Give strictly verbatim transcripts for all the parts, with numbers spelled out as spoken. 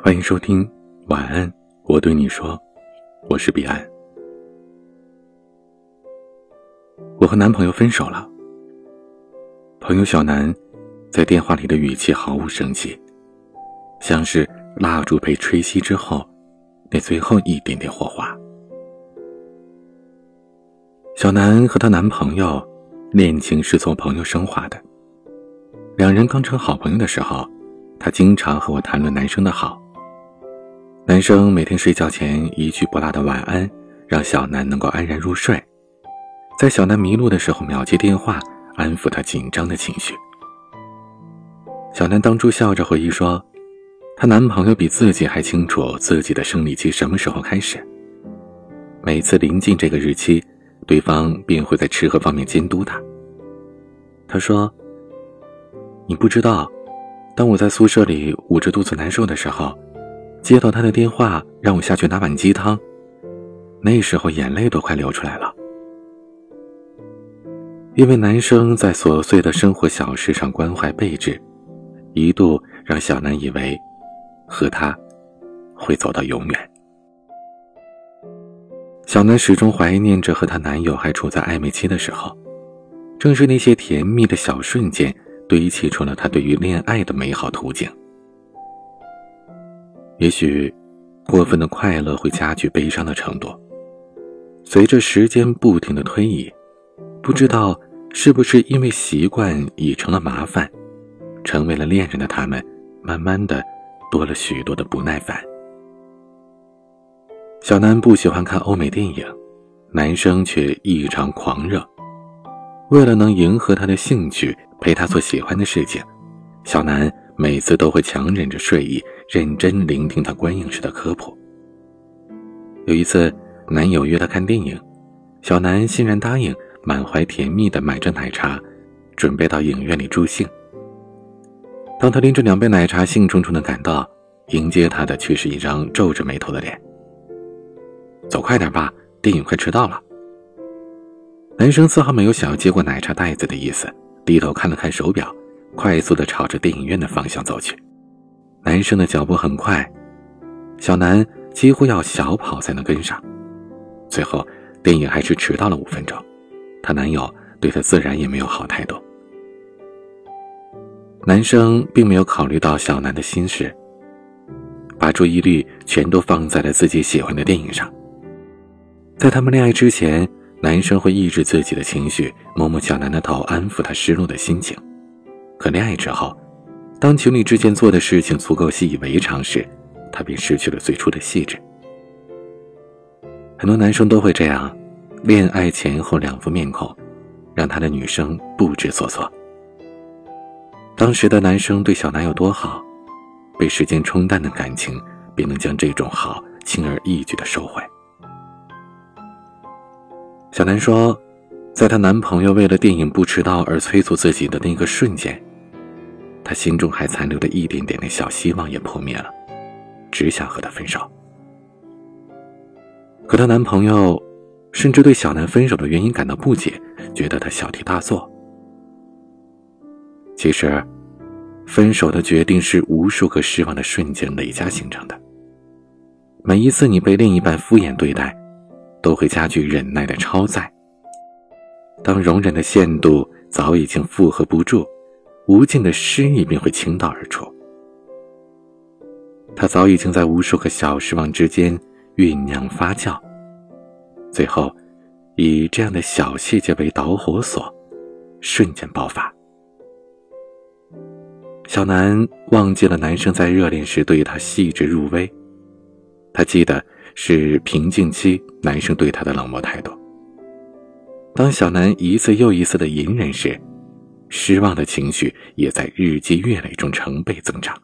欢迎收听晚安，我对你说，我是彼岸。我和男朋友分手了。朋友小南在电话里的语气毫无生气，像是蜡烛被吹熄之后那最后一点点火花。小南和她男朋友恋情是从朋友升华的，两人刚成好朋友的时候，她经常和我谈论男生的好。男生每天睡觉前一句不落的晚安，让小南能够安然入睡。在小南迷路的时候秒接电话，安抚她紧张的情绪。小南当初笑着回忆说，她男朋友比自己还清楚自己的生理期什么时候开始。每次临近这个日期，对方便会在吃喝方面监督她。她说，你不知道，当我在宿舍里捂着肚子难受的时候，接到他的电话让我下去拿碗鸡汤，那时候眼泪都快流出来了。因为男生在琐碎的生活小事上关怀备至，一度让小南以为和他会走到永远。小南始终怀念着和她男友还处在暧昧期的时候，正是那些甜蜜的小瞬间堆砌出了她对于恋爱的美好图景。也许过分的快乐会加剧悲伤的程度。随着时间不停的推移，不知道是不是因为习惯已成了麻烦，成为了恋人的他们慢慢的多了许多的不耐烦。小南不喜欢看欧美电影，男生却异常狂热。为了能迎合他的兴趣，陪他做喜欢的事情，小南每次都会强忍着睡意，认真聆听他观影时的科普。有一次，男友约她看电影，小南欣然答应，满怀甜蜜地买着奶茶，准备到影院里助兴。当他拎着两杯奶茶兴冲冲地赶到，迎接他的却是一张皱着眉头的脸。走快点吧，电影快迟到了。男生丝毫没有想要接过奶茶袋子的意思，低头看了看手表，快速地朝着电影院的方向走去。男生的脚步很快，小南几乎要小跑才能跟上。最后电影还是迟到了五分钟，她男友对她自然也没有好态度。男生并没有考虑到小南的心事，把注意力全都放在了自己喜欢的电影上。在他们恋爱之前，男生会抑制自己的情绪，摸摸小南的头，安抚她失落的心情。可恋爱之后，当情侣之间做的事情足够习以为常时，他便失去了最初的细致。很多男生都会这样，恋爱前后两副面孔，让他的女生不知所措。当时的男生对小南有多好，被时间冲淡的感情便能将这种好轻而易举地收回。小南说，在她男朋友为了电影不迟到而催促自己的那个瞬间，她心中还残留的一点点的小希望也破灭了，只想和他分手。可她男朋友甚至对小南分手的原因感到不解，觉得她小题大做。其实分手的决定是无数个失望的瞬间累加形成的。每一次你被另一半敷衍对待，都会加剧忍耐的超载。当容忍的限度早已经负荷不住，无尽的失意便会倾倒而出。他早已经在无数个小失望之间酝酿发酵，最后以这样的小细节为导火索，瞬间爆发。小南忘记了男生在热恋时对她细致入微，她记得是平静期男生对她的冷漠态度。当小南一次又一次的隐忍时，失望的情绪也在日积月累中成倍增长。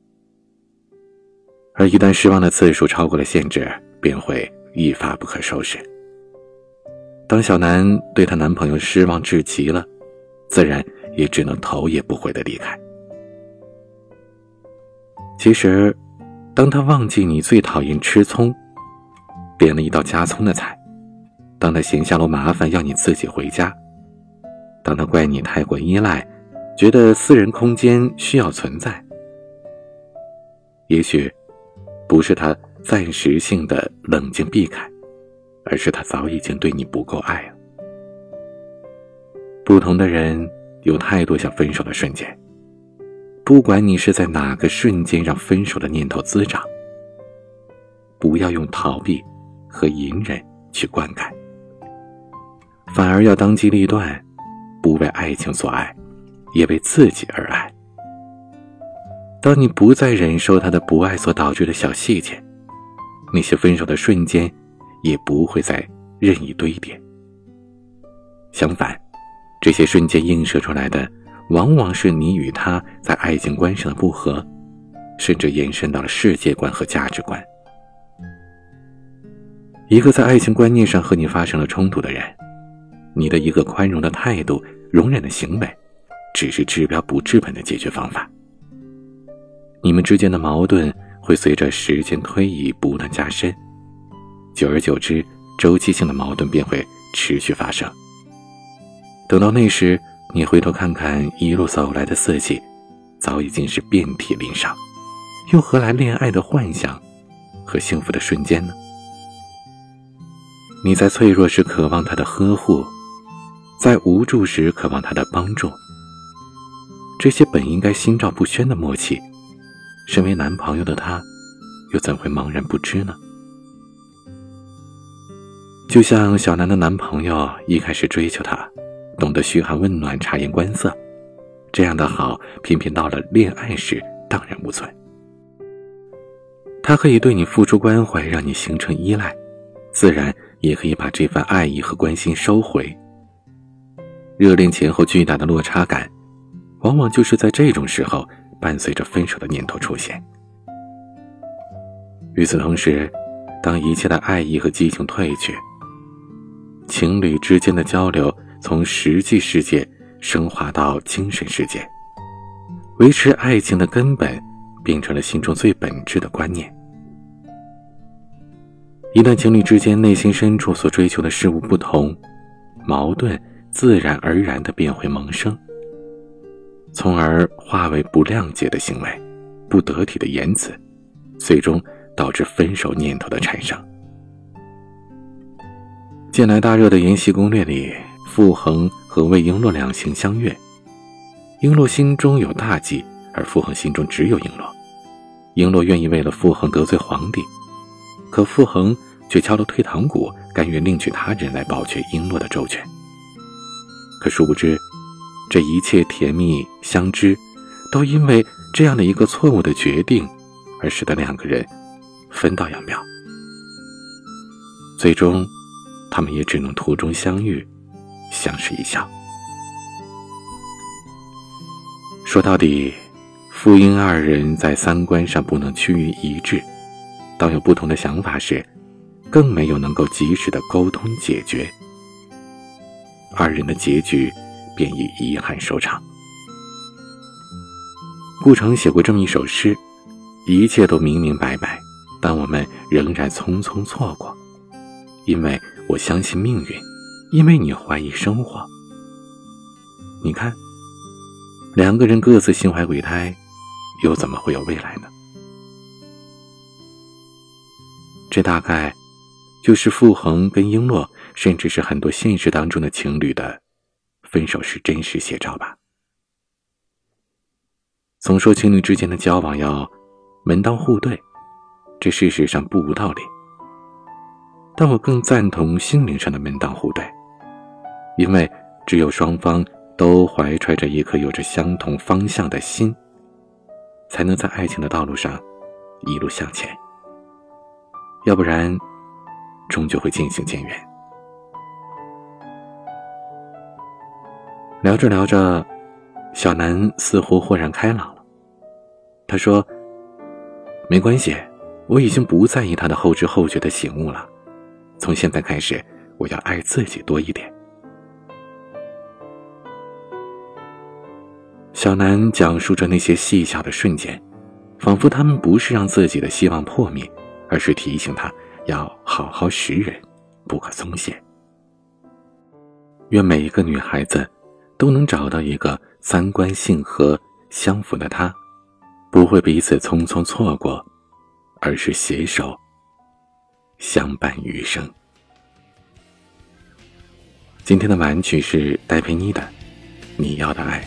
而一旦失望的次数超过了限制，便会一发不可收拾。当小南对她男朋友失望至极了，自然也只能头也不回地离开。其实当他忘记你最讨厌吃葱，点了一道加葱的菜，当他闲下楼麻烦要你自己回家，当他怪你太过依赖，觉得私人空间需要存在，也许不是他暂时性的冷静避开，而是他早已经对你不够爱了。不同的人有太多想分手的瞬间，不管你是在哪个瞬间让分手的念头滋长，不要用逃避和隐忍去灌溉，反而要当机立断，不为爱情所爱，也为自己而爱。当你不再忍受他的不爱所导致的小细节，那些分手的瞬间也不会再任意堆叠。相反，这些瞬间映射出来的往往是你与他在爱情观上的不合，甚至延伸到了世界观和价值观。一个在爱情观念上和你发生了冲突的人，你的一个宽容的态度、容忍的行为，只是治标不治本的解决方法。你们之间的矛盾会随着时间推移不断加深，久而久之，周期性的矛盾便会持续发生。等到那时，你回头看看一路走来的四季，早已经是遍体鳞伤，又何来恋爱的幻想和幸福的瞬间呢？你在脆弱时渴望他的呵护，在无助时渴望他的帮助，这些本应该心照不宣的默契，身为男朋友的他又怎会茫然不知呢？就像小南的男朋友一开始追求她，懂得嘘寒问暖、察言观色，这样的好偏偏到了恋爱时荡然无存。他可以对你付出关怀，让你形成依赖，自然也可以把这份爱意和关心收回。热恋前后巨大的落差感，往往就是在这种时候伴随着分手的念头出现。与此同时，当一切的爱意和激情褪去，情侣之间的交流从实际世界升华到精神世界，维持爱情的根本变成了心中最本质的观念。一旦情侣之间内心深处所追求的事物不同，矛盾自然而然地便会萌生，从而化为不谅解的行为、不得体的言辞，最终导致分手念头的产生。近来大热的《延禧攻略》里，傅恒和魏璎珞两情相悦，璎珞心中有大计，而傅恒心中只有璎珞。璎珞愿意为了傅恒得罪皇帝，可傅恒却敲了退堂鼓，甘愿另娶他人来保全璎珞的周全。可殊不知，这一切甜蜜相知，都因为这样的一个错误的决定，而使得两个人分道扬镳。最终，他们也只能途中相遇，相视一笑。说到底，傅婴二人在三观上不能趋于一致，当有不同的想法时，更没有能够及时的沟通解决，二人的结局便以遗憾收场。顾城写过这么一首诗：一切都明明白白，但我们仍然匆匆错过，因为我相信命运，因为你怀疑生活。你看，两个人各自心怀鬼胎，又怎么会有未来呢？这大概就是傅恒跟璎珞，甚至是很多现实当中的情侣的分手时真实写照吧。总说情侣之间的交往要门当户对，这事实上不无道理，但我更赞同心灵上的门当户对，因为只有双方都怀揣着一颗有着相同方向的心，才能在爱情的道路上一路向前，要不然终究会渐行渐远。聊着聊着，小南似乎豁然开朗了。他说，没关系，我已经不在意他的后知后觉的醒悟了，从现在开始，我要爱自己多一点。小南讲述着那些细小的瞬间，仿佛他们不是让自己的希望破灭，而是提醒他要好好识人，不可松懈。愿每一个女孩子都能找到一个三观性合相符的他，不会彼此匆匆错过， 而是携手相伴余生。今天的晚曲是戴佩妮的《你要的爱》。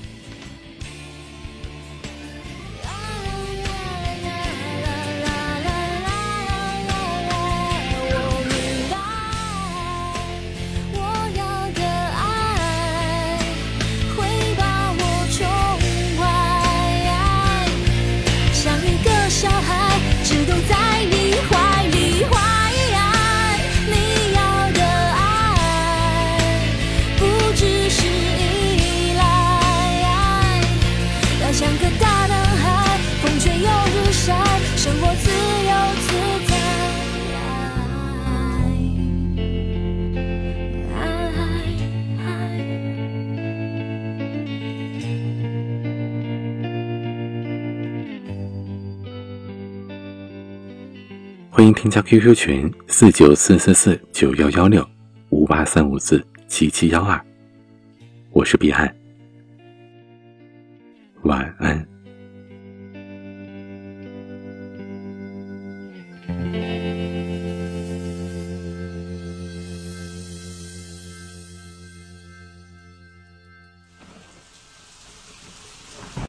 欢迎添加 Q Q 群四九四四四九幺幺六五八三五四七七幺二，我是彼岸，晚安。